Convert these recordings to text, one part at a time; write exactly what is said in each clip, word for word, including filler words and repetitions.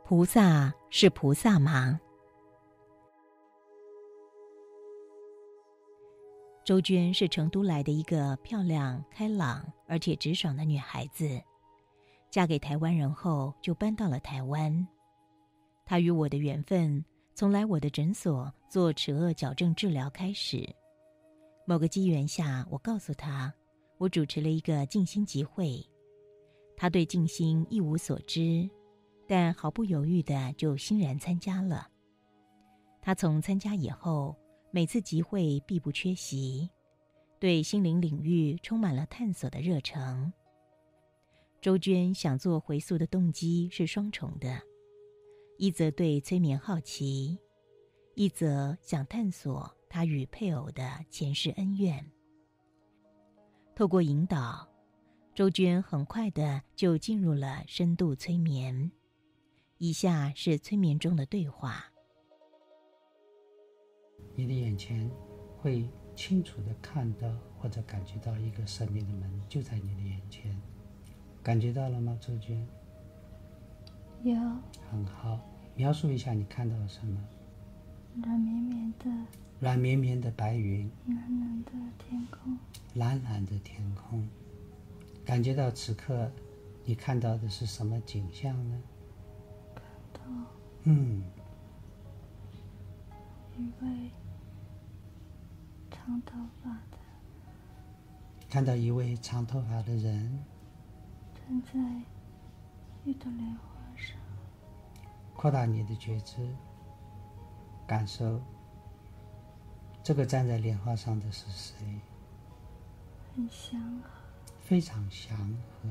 菩萨是菩萨吗？周娟是成都来的一个漂亮、开朗而且直爽的女孩子，嫁给台湾人后就搬到了台湾。她与我的缘分从来我的诊所做齿颚矫正治疗开始。某个机缘下，我告诉她，我主持了一个静心集会。她对静心一无所知，但毫不犹豫地就欣然参加了。她从参加以后，每次集会必不缺席，对心灵领域充满了探索的热诚。周娟想做回溯的动机是双重的，一则对催眠好奇，一则想探索她与配偶的前世恩怨。透过引导，周娟很快的就进入了深度催眠。以下是催眠中的对话。 你的眼前会清楚地看到或者感觉到一个生命的门就在你的眼前，感觉到了吗，周娟？ 有。 很好，描述一下你看到了什么？ 软绵绵的软绵绵的白云， 蓝蓝的天空， 蓝蓝的天空。感觉到此刻你看到的是什么景象呢？ 看到嗯一位长头发的看到一位长头发的人站在一朵莲花上， 扩大你的觉知，感受这个站在莲花上的是谁？ 很祥和， 非常祥和。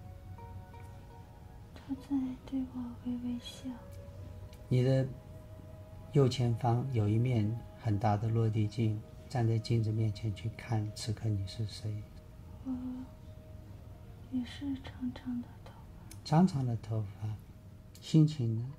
他在对我微微笑。 你的右前方有一面很大的落地镜，站在镜子面前去看此刻你是谁。 我也是长长的头发， 长长的头发，心情呢？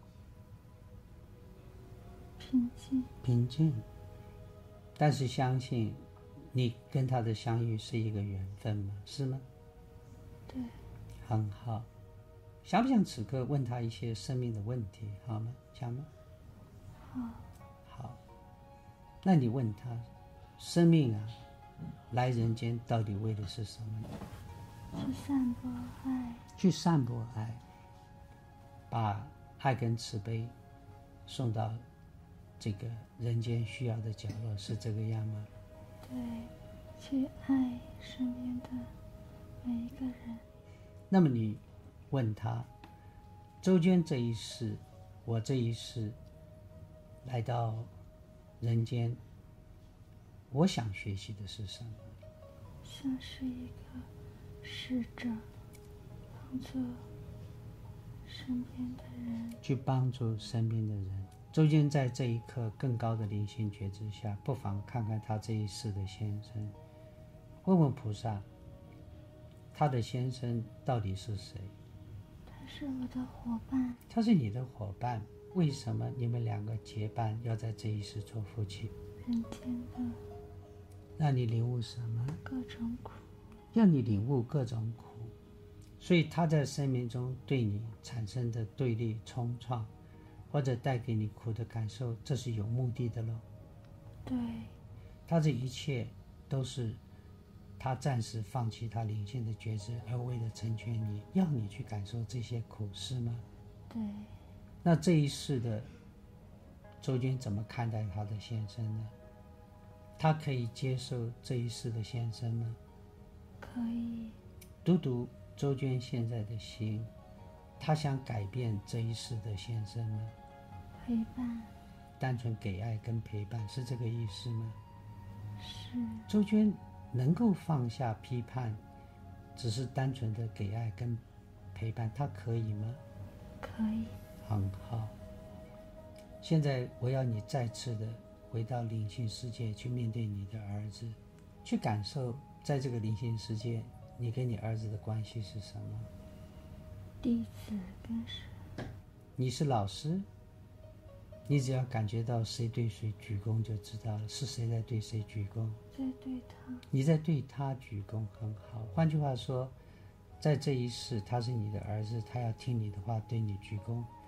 平静， 平静。但是相信你跟他的相遇是一个缘分吗？是吗？ 对。 很好。想不想此刻问他一些生命的问题？好吗？想吗？ 好。 好。那你问他，生命啊，来人间到底为的是什么呢？ 去散播爱。 去散播爱，把爱跟慈悲送到这个人间需要的角落，是这个样吗？ 对，去爱身边的每一个人。 那么你问他，周娟这一世，我这一世来到人间，我想学习的是什么？ 像是一个使者，帮助身边的人， 去帮助身边的人。周娟在这一刻更高的灵性觉知下，不妨看看他这一世的先生，问问菩萨，他的先生到底是谁？ 他是我的伙伴。 他是你的伙伴，为什么你们两个结伴要在这一世做夫妻？ 人间的让你领悟什么？ 各种苦。 让你领悟各种苦。所以他在生命中对你产生的对立冲撞，或者带给你苦的感受，这是有目的的咯。 对。 他这一切都是他暂时放弃他灵性的觉知，而为了成全你，要你去感受这些苦，是吗？ 对。 那这一世的周娟怎么看待他的先生呢？他可以接受这一世的先生吗？ 可以。 读读周娟现在的心，他想改变这一世的先生吗？ 陪伴。 单纯给爱跟陪伴，是这个意思吗？ 是。 周娟能够放下批判，只是单纯的给爱跟陪伴，他可以吗？ 可以。 很好。现在我要你再次的回到灵性世界，去面对你的儿子，去感受在这个灵性世界你跟你儿子的关系是什么？ 弟子跟神。 你是老师，你只要感觉到谁对谁鞠躬就知道了，是谁在对谁鞠躬？ 在对他。 你在对他鞠躬，很好。换句话说，在这一世他是你的儿子，他要听你的话，对你鞠躬。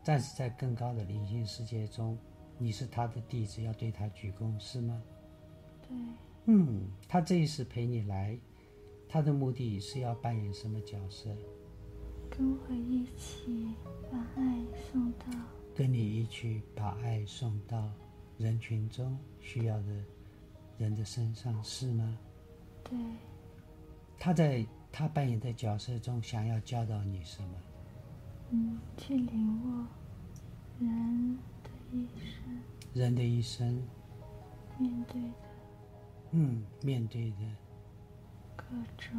但是在更高的灵性世界中，你是他的弟子，要对他鞠躬，是吗？ 对。 嗯，他这一世陪你来，他的目的是要扮演什么角色？ 跟我一起把爱送到， 跟你一起把爱送到人群中需要的人的身上，是吗？ 对。 他在他扮演的角色中想要教导你什么？ 嗯，去领悟人的一生， 人的一生面对的， 嗯，面对的各种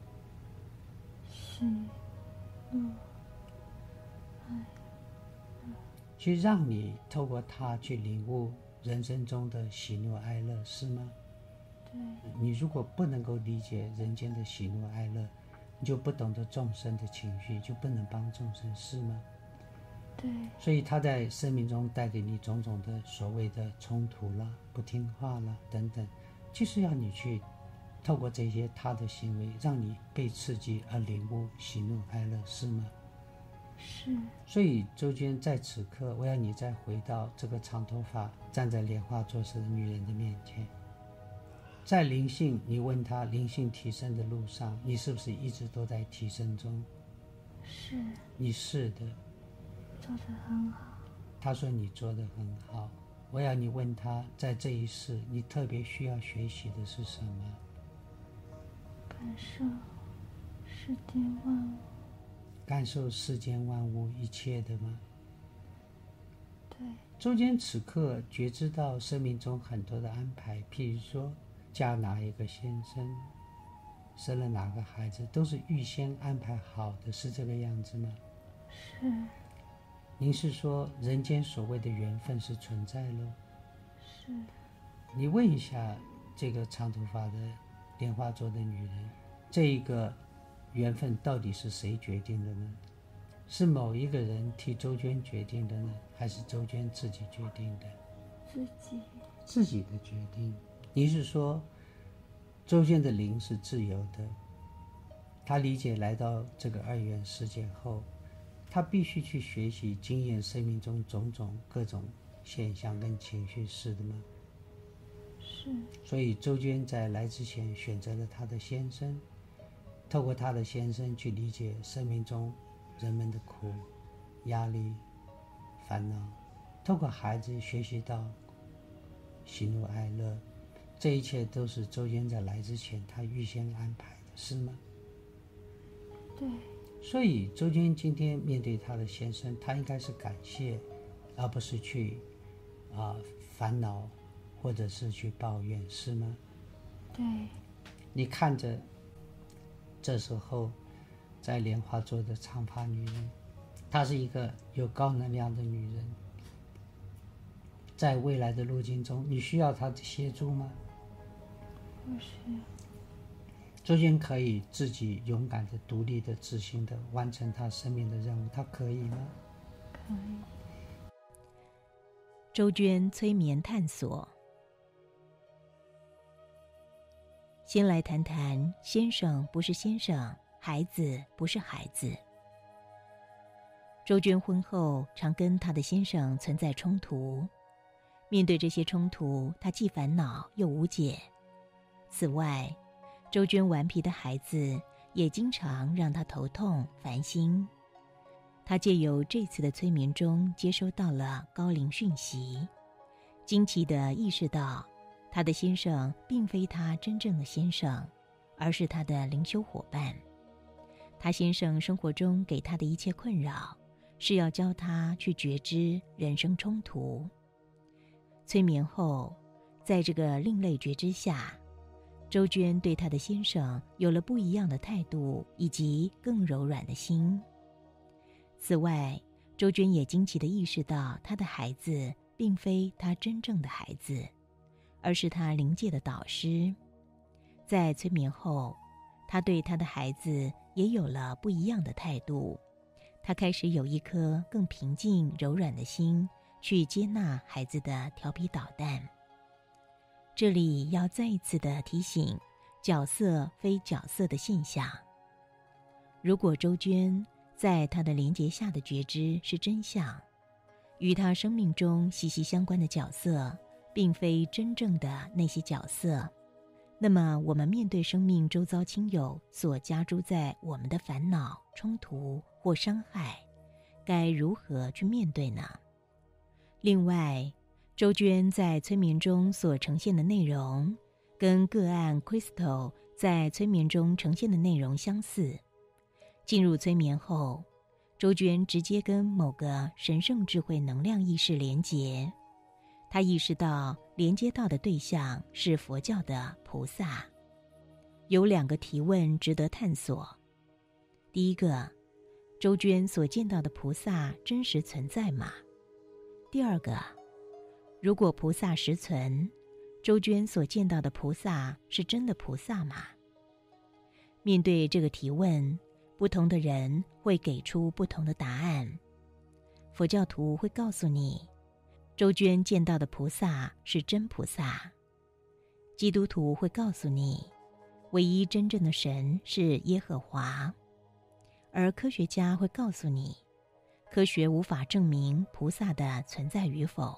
喜怒哀， 去让你透过他去领悟人生中的喜怒哀乐，是吗？ 对。 你如果不能够理解人间的喜怒哀乐，你就不懂得众生的情绪，就不能帮众生，是吗？ 对。 所以他在生命中带给你种种的所谓的冲突啦、不听话啦等等，就是要你去透过这些他的行为，让你被刺激而领悟喜怒哀乐，是吗？ 是。 所以周娟在此刻，我要你再回到这个长头发站在莲花座上的女人的面前，在灵性，你问她灵性提升的路上，你是不是一直都在提升中？ 是。 你是的。 做得很好。 她说你做得很好。我要你问她，在这一世你特别需要学习的是什么？ 感受世间万物。 感受世间万物一切的吗？ 对。 周娟此刻觉知到生命中很多的安排，譬如说嫁哪一个先生，生了哪个孩子，都是预先安排好的，是这个样子吗？ 是。 您是说人间所谓的缘分是存在咯？ 是。 你问一下这个长头发的莲花座的女人，这一个缘分到底是谁决定的呢？是某一个人替周娟决定的呢，还是周娟自己决定的？ 自己。 自己的决定。你是说周娟的灵是自由的，她理解来到这个二元世界后，她必须去学习经验生命中种种各种现象跟情绪，是的吗？ 是。 所以周娟在来之前选择了她的先生，透过她的先生去理解生命中人们的苦、压力、烦恼，透过孩子学习到喜怒哀乐，这一切都是周娟在来之前她预先安排的，是吗？ 对。 所以周娟今天面对她的先生，她应该是感谢，而不是去啊、呃、烦恼或者是去抱怨，是吗？ 对。 你看着这时候在莲花座的长发女人，她是一个有高能量的女人，在未来的路径中，你需要她的协助吗？ 不需要。 周娟可以自己勇敢的、独立的、自信的完成她生命的任务，她可以吗？ 可以。 周娟催眠探索。先来谈谈先生不是先生，孩子不是孩子。周娟婚后常跟她的先生存在冲突，面对这些冲突，她既烦恼又无解。此外，周娟顽皮的孩子也经常让她头痛烦心。她借由这次的催眠中接收到了高灵讯息，惊奇地意识到她的先生并非她真正的先生，而是她的灵修伙伴。她先生生活中给她的一切困扰，是要教她去觉知人生冲突。催眠后，在这个另类觉知下，周娟对她的先生有了不一样的态度，以及更柔软的心。此外，周娟也惊奇地意识到，她的孩子并非她真正的孩子，而是她灵界的导师。在催眠后，她对她的孩子也有了不一样的态度。她开始有一颗更平静、柔软的心，去接纳孩子的调皮捣蛋。这里要再一次的提醒角色非角色的现象。如果周娟在她的连结下的觉知是真相， 与他生命中息息相关的角色，并非真正的那些角色，那么我们面对生命周遭亲友所加诸在我们的烦恼、冲突或伤害，该如何去面对呢？另外，周娟在催眠中所呈现的内容，跟个案 Crystal 在催眠中呈现的内容相似。进入催眠后，周娟直接跟某个神圣智慧能量意识连结，她意识到连接到的对象是佛教的菩萨。有两个提问值得探索。第一个，周娟所见到的菩萨真实存在吗？第二个，如果菩萨实存，周娟所见到的菩萨是真的菩萨吗？面对这个提问，不同的人会给出不同的答案。佛教徒会告诉你，周娟见到的菩萨是真菩萨。基督徒会告诉你，唯一真正的神是耶和华。而科学家会告诉你，科学无法证明菩萨的存在与否。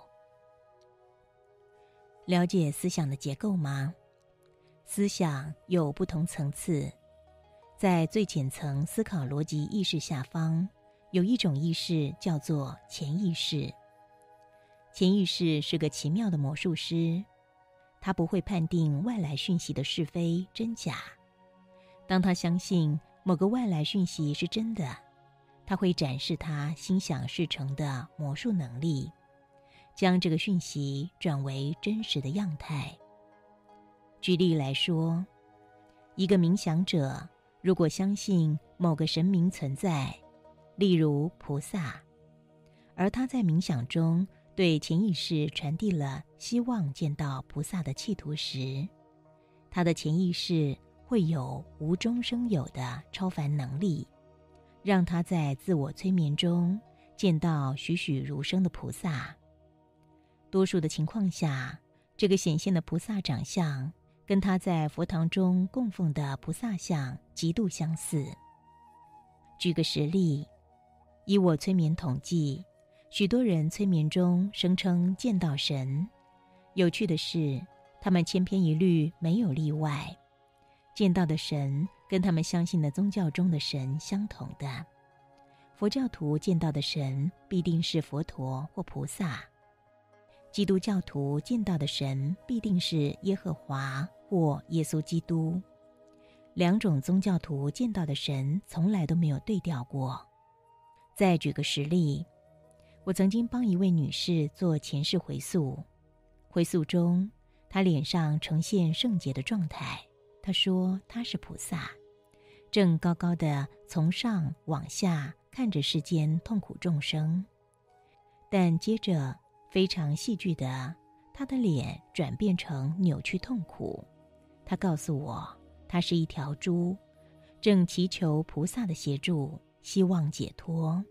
了解思想的结构吗？思想有不同层次，在最浅层思考逻辑意识下方，有一种意识叫做潜意识。潜意识是个奇妙的魔术师，他不会判定外来讯息的是非真假。当他相信某个外来讯息是真的，他会展示他心想事成的魔术能力，将这个讯息转为真实的样态。举例来说，一个冥想者如果相信某个神明存在，例如菩萨，而他在冥想中对潜意识传递了希望见到菩萨的企图时，他的潜意识会有无中生有的超凡能力，让他在自我催眠中见到栩栩如生的菩萨。多数的情况下，这个显现的菩萨长相跟他在佛堂中供奉的菩萨像极度相似。举个实例，以我催眠统计，许多人催眠中声称见到神。有趣的是，他们千篇一律，没有例外，见到的神跟他们相信的宗教中的神相同的。佛教徒见到的神必定是佛陀或菩萨，基督教徒见到的神必定是耶和华或耶稣基督。两种宗教徒见到的神从来都没有对调过。再举个实例，我曾经帮一位女士做前世回溯，回溯中她脸上呈现圣洁的状态，她说她是菩萨，正高高的从上往下看着世间痛苦众生。但接着非常戏剧的，她的脸转变成扭曲痛苦。她告诉我，她是一条猪，正祈求菩萨的协助，希望解脱。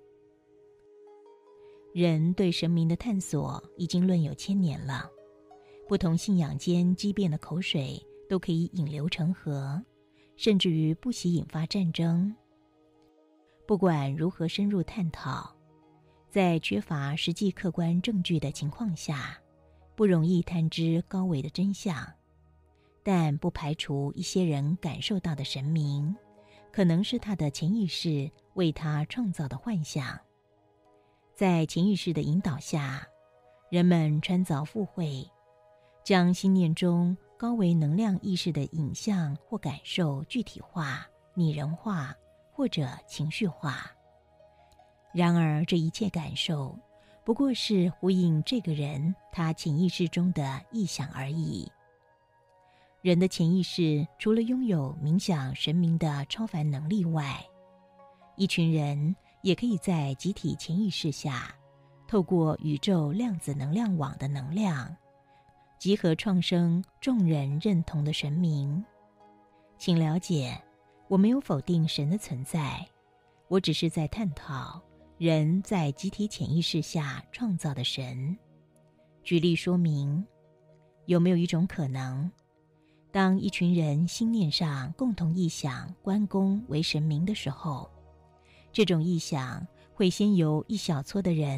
人对神明的探索已经论有千年了，不同信仰间激辩的口水都可以引流成河，甚至于不惜引发战争。不管如何深入探讨，在缺乏实际客观证据的情况下，不容易探知高维的真相。但不排除一些人感受到的神明，可能是他的潜意识为他创造的幻象。在潜意识的引导下，人们穿凿附会，将心念中高维能量意识的影像或感受具体化、拟人化或者情绪化。然而这一切感受不过是呼应这个人他潜意识中的臆想而已。人的潜意识除了拥有冥想神明的超凡能力外，一群人也可以在集体潜意识下，透过宇宙量子能量网的能量，集合创生众人认同的神明。请了解，我没有否定神的存在，我只是在探讨人在集体潜意识下创造的神。举例说明，有没有一种可能，当一群人心念上共同臆想关公为神明的时候，这种臆想会先由一小撮的人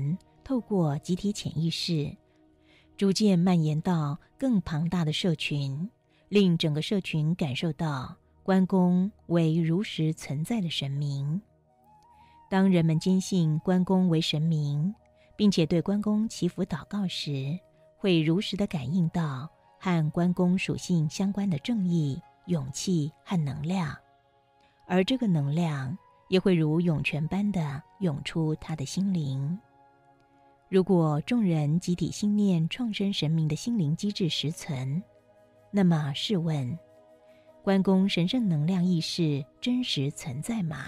透过集体潜意识，逐渐蔓延到更庞大的社群，令整个社群感受到关公为如实存在的神明。当人们坚信关公为神明，并且对关公祈福祷告时，会如实地感应到和关公属性相关的正义、勇气和能量，而这个能量也会如涌泉般地涌出他的心灵。如果众人集体信念创生神明的心灵机制实存，那么试问，关公神圣能量意识真实存在吗？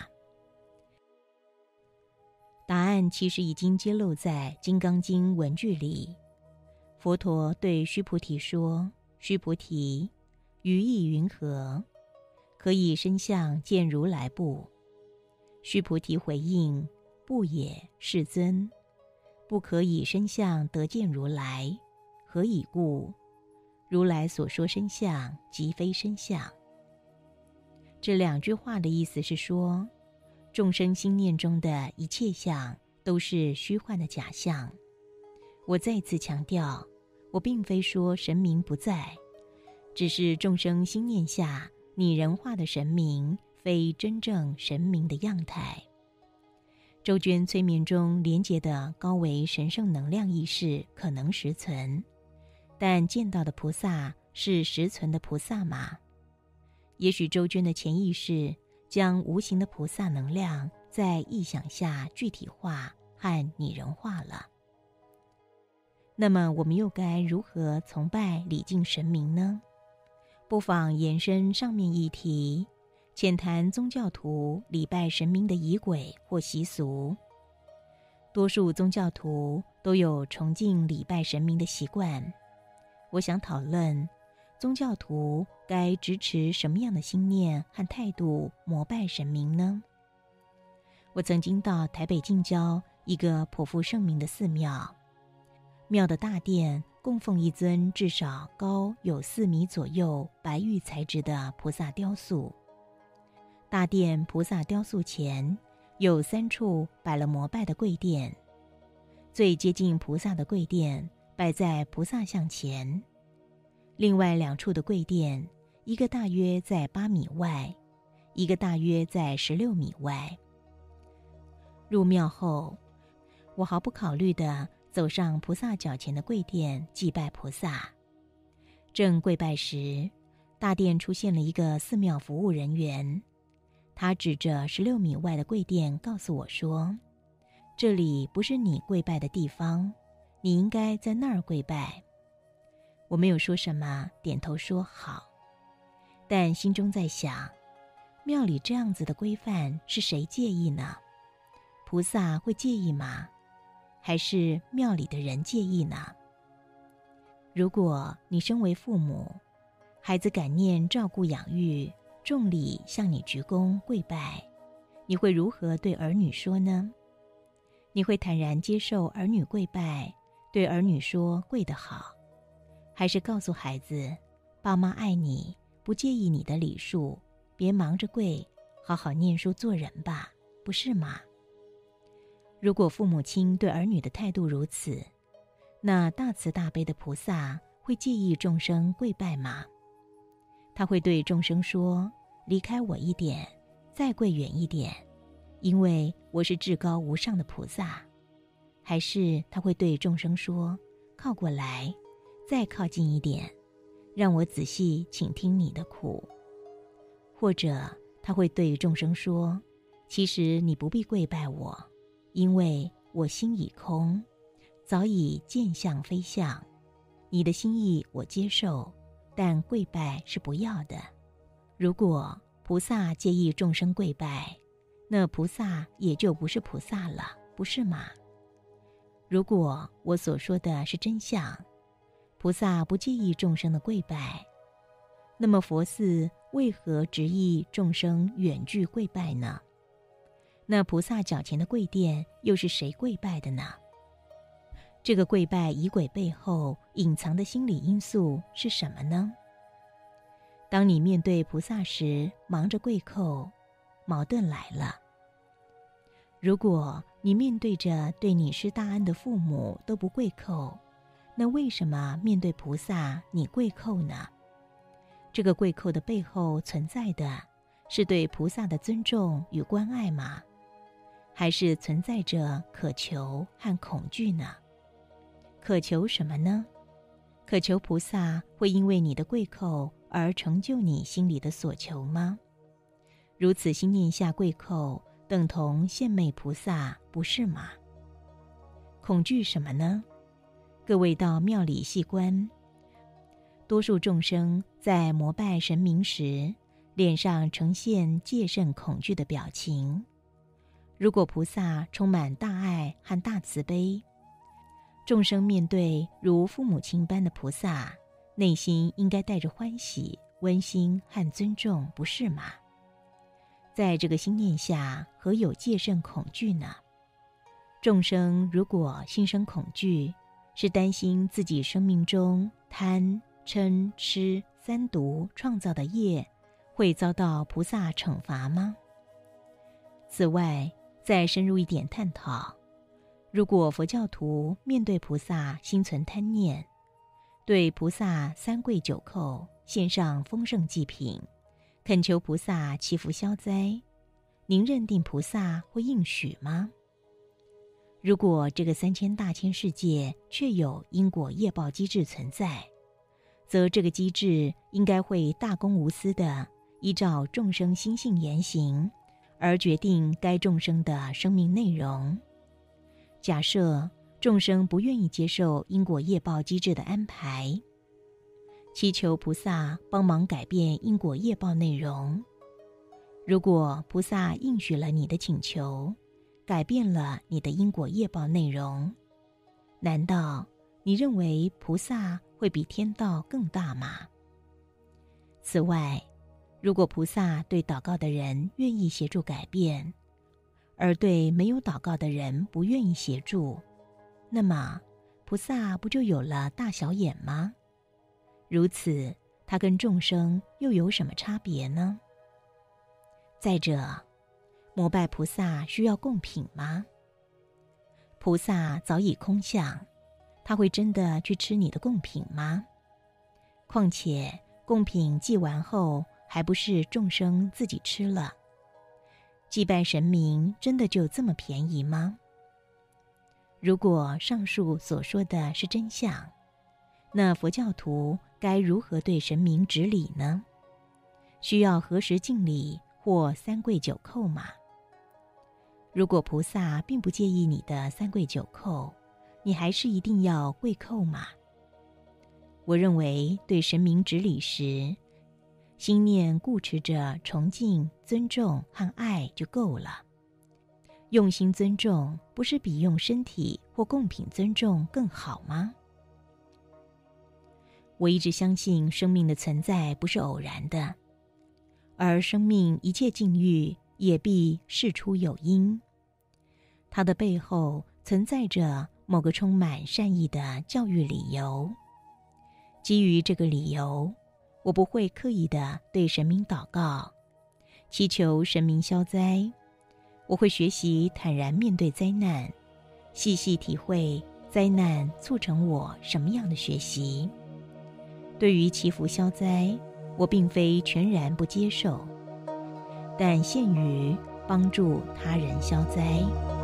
答案其实已经揭露在《金刚经》文句里。佛陀对须菩提说：“须菩提，于意云何？可以身相见如来不？”须菩提回应：“不也，世尊。不可以身相得见如来，何以故？如来所说身相，即非身相。”这两句话的意思是说，众生心念中的一切相都是虚幻的假象。我再次强调，我并非说神明不在，只是众生心念下拟人化的神明非真正神明的样态。周娟催眠中连结的高维神圣能量意识可能实存，但见到的菩萨是实存的菩萨吗？也许周娟的潜意识将无形的菩萨能量在意想下具体化和拟人化了。那么我们又该如何崇拜礼敬神明呢？不妨延伸上面议题，浅谈宗教徒礼拜神明的仪轨或习俗。多数宗教徒都有崇敬礼拜神明的习惯。我想讨论，宗教徒该支持什么样的心念和态度膜拜神明呢？我曾经到台北近郊一个颇负盛名的寺庙，庙的大殿供奉一尊至少高有四米左右白玉材质的菩萨雕塑。大殿菩萨雕塑前有三处摆了膜拜的跪垫，最接近菩萨的跪垫摆在菩萨像前，另外两处的跪垫，一个大约在八米外，一个大约在十六米外。入庙后，我毫不考虑地走上菩萨脚前的跪垫祭拜菩萨。正跪拜时，大殿出现了一个寺庙服务人员，他指着十六米外的跪垫告诉我说：“这里不是你跪拜的地方，你应该在那儿跪拜。”我没有说什么，点头说好，但心中在想，庙里这样子的规范是谁介意呢？菩萨会介意吗？还是庙里的人介意呢？如果你身为父母，孩子感念照顾养育，重礼向你鞠躬跪拜，你会如何对儿女说呢？你会坦然接受儿女跪拜，对儿女说跪得好，还是告诉孩子，爸妈爱你，不介意你的礼数，别忙着跪，好好念书做人吧，不是吗？如果父母亲对儿女的态度如此，那大慈大悲的菩萨会介意众生跪拜吗？他会对众生说，离开我一点，再跪远一点，因为我是至高无上的菩萨？还是他会对众生说，靠过来，再靠近一点，让我仔细倾听你的苦？或者他会对众生说，其实你不必跪拜我，因为我心已空，早已见相非相，你的心意我接受，但跪拜是不要的。如果菩萨介意众生跪拜，那菩萨也就不是菩萨了，不是吗？如果我所说的是真相，菩萨不介意众生的跪拜，那么佛寺为何执意众生远距跪拜呢？那菩萨脚前的跪垫又是谁跪拜的呢？这个跪拜仪轨背后隐藏的心理因素是什么呢？当你面对菩萨时忙着跪叩，矛盾来了。 如果你面对着对你施大恩的父母都不跪叩，那为什么面对菩萨你跪叩呢？这个跪叩的背后存在的是对菩萨的尊重与关爱吗？还是存在着渴求和恐惧呢？渴求什么呢？渴求菩萨会因为你的跪叩而成就你心里的所求吗？如此心念下跪叩，等同献媚菩萨，不是吗？恐惧什么呢？各位到庙里细观，多数众生在膜拜神明时，脸上呈现戒慎恐惧的表情。如果菩萨充满大爱和大慈悲，众生面对如父母亲般的菩萨，内心应该带着欢喜、温馨和尊重，不是吗？在这个心念下，何有戒慎恐惧呢？众生如果心生恐惧，是担心自己生命中贪、嗔、痴三毒创造的业会遭到菩萨惩罚吗？此外，再深入一点探讨，如果佛教徒面对菩萨心存贪念，对菩萨三跪九叩，献上丰盛祭品，恳求菩萨祈福消灾，您认定菩萨会应许吗？如果这个三千大千世界确有因果业报机制存在，则这个机制应该会大公无私地依照众生心性言行，而决定该众生的生命内容。假设众生不愿意接受因果业报机制的安排，祈求菩萨帮忙改变因果业报内容。如果菩萨应许了你的请求，改变了你的因果业报内容，难道你认为菩萨会比天道更大吗？此外，如果菩萨对祷告的人愿意协助改变，而对没有祷告的人不愿意协助，那么菩萨不就有了大小眼吗？如此，他跟众生又有什么差别呢？再者，膜拜菩萨需要贡品吗？菩萨早已空相，他会真的去吃你的贡品吗？况且贡品祭完后，还不是众生自己吃了？祭拜神明真的就这么便宜吗？如果上述所说的是真相，那佛教徒该如何对神明执礼呢？需要何时敬礼或三跪九叩吗？如果菩萨并不介意你的三跪九叩，你还是一定要跪叩吗？我认为对神明执礼时，心念固持着崇敬、尊重和爱就够了。用心尊重，不是比用身体或贡品尊重更好吗？我一直相信生命的存在不是偶然的，而生命一切境遇也必事出有因。它的背后存在着某个充满善意的教育理由。基于这个理由，我不会刻意地对神明祷告，祈求神明消灾。我会学习坦然面对灾难，细细体会灾难促成我什么样的学习。对于祈福消灾，我并非全然不接受，但限于帮助他人消灾。